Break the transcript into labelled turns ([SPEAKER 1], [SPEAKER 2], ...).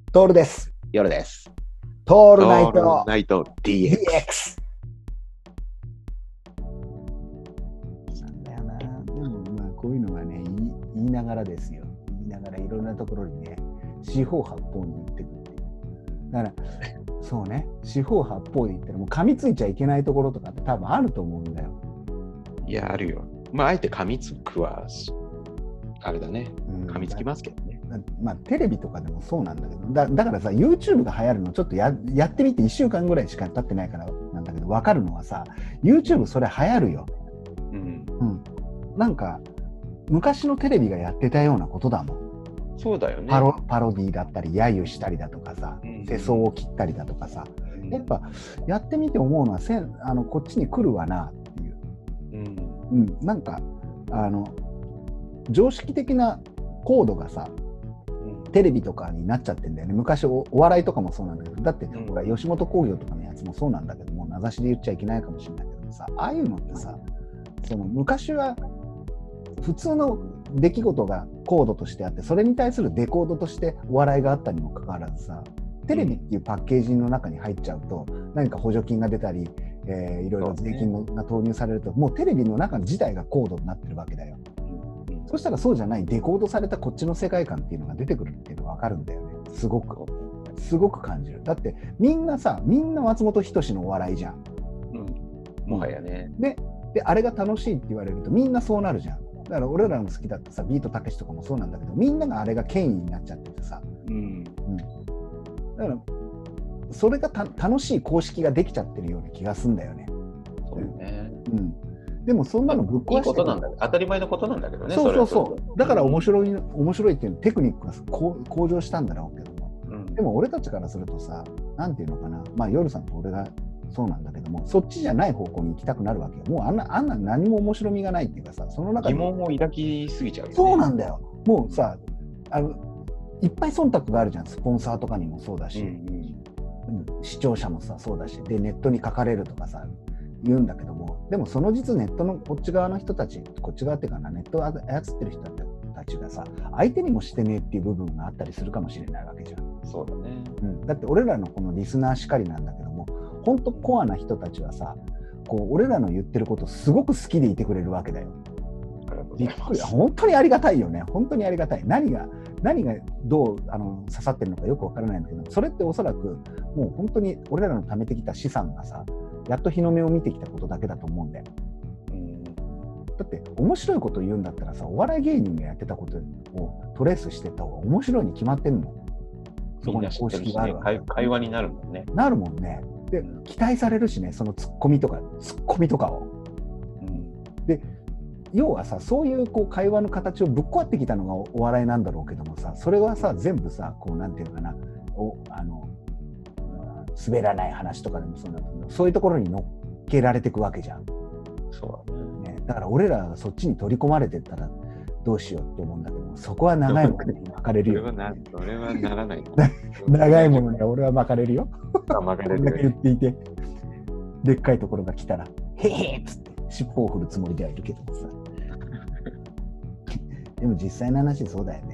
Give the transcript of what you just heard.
[SPEAKER 1] トールです。
[SPEAKER 2] 夜です。
[SPEAKER 1] トールナイ
[SPEAKER 2] オール
[SPEAKER 1] ト
[SPEAKER 2] ナイト DX。
[SPEAKER 1] DX。なんだよな。でもまあこういうのはね、言いながらですよ。言いながらいろんなところにね、四方八方に言ってくっていう。だから、そうね、四方八方で言ったらもう噛みついちゃいけないところとかって多分あると思うんだよ。
[SPEAKER 2] いや、あるよ。まあ、あえて噛みつくは、あれだね。噛みつきますけどね。
[SPEAKER 1] まあテレビとかでもそうなんだけど、だからさ、YouTube が流行るのちょっとやってみて1週間ぐらいしか経ってないからなんだけど、分かるのはさ、YouTube それ流行るよ。なんか昔のテレビがやってたようなことだもん。
[SPEAKER 2] そうだよね。
[SPEAKER 1] パロディだったり揶揄したりだとかさ、世相を切ったりだとかさ、やっぱやってみて思うのはこっちに来るわなっていう、なんか常識的なコードがさ、テレビとかになっちゃってんだよね。昔 お笑いとかもそうなんだけど、だって、ほら吉本興業とかのやつもそうなんだけども、名指しで言っちゃいけないかもしれないけどさ、ああいうのってさ、その昔は普通の出来事がコードとしてあって、それに対するデコードとしてお笑いがあったにもかかわらずさ、テレビっていうパッケージの中に入っちゃうと、何か補助金が出たり、いろいろ税金が投入されると、もうテレビの中自体がコードになってるわけだよ。そしたらそうじゃないデコードされたこっちの世界観っていうのが出てくるっていうのが分かるんだよね。すごく感じる。だってみんな松本人志のお笑いじゃん。
[SPEAKER 2] もはやね。
[SPEAKER 1] であれが楽しいって言われるとみんなそうなるじゃん。だから俺らの好きだったさ、ビートたけしとかもそうなんだけど、みんながあれが権威になっちゃっててさ、だからそれが楽しい公式ができちゃってるような気がするんだよね。
[SPEAKER 2] そうね。
[SPEAKER 1] でもそんなのぶっ壊していい
[SPEAKER 2] ことなんだ。当たり前のことなんだけどね。
[SPEAKER 1] そうだから面白いっていうテクニックが向上したんだろうけども、でも俺たちからするとさ、なんていうのかな、まあ夜さんと俺がそうなんだけども、そっちじゃない方向に行きたくなるわけよ。もうあんな何も面白みがないっていうかさ、その中
[SPEAKER 2] で疑問を抱きすぎちゃうよね。
[SPEAKER 1] そうなんだよ。もうさ、いっぱい忖度があるじゃん。スポンサーとかにもそうだし、視聴者もさそうだし、でネットに書かれるとかさ言うんだけども、でもその実ネットのこっち側の人たち、こっち側っていうかな、ネットを操ってる人たちがさ、相手にもしてねっていう部分があったりするかもしれないわけじゃん。
[SPEAKER 2] そうだね。
[SPEAKER 1] だって俺らのこのリスナーしかりなんだけども、本当コアな人たちはさ、こう俺らの言ってることすごく好きでいてくれるわけだよ。びっくり、本当にありがたいよね。本当にありがたい。何がどう刺さってるのかよくわからないんだけど、それっておそらくもう本当に俺らの貯めてきた資産がさ、やっと日の目を見てきたことだけだと思うんだよ。だって面白いことを言うんだったらさ、お笑い芸人がやってたことをトレースしてた方が面白いに決まってるの。そこに公式があるわけ。
[SPEAKER 2] 会話になるもんね。
[SPEAKER 1] なるもんね。で、期待されるしね、そのツッコミとかを。で、要はさ、そういう会話の形をぶっ壊ってきたのがお笑いなんだろうけどもさ、それはさ、全部さ、こうなんていうのかな、滑らない話とかでもそうなんだけど、そういうところに乗っけられていくわけじゃん。
[SPEAKER 2] そうだね。
[SPEAKER 1] だから俺らがそっちに取り込まれてったらどうしようって思うんだけども、そこは長いものに巻かれるよ。
[SPEAKER 2] それはならない。
[SPEAKER 1] 長いものに俺は巻かれるよ。
[SPEAKER 2] 巻かれるよ。
[SPEAKER 1] 言っていて、でっかいところが来たら、へへっつって尻尾を振るつもりではいるけどもさ。でも実際の話そうだよね。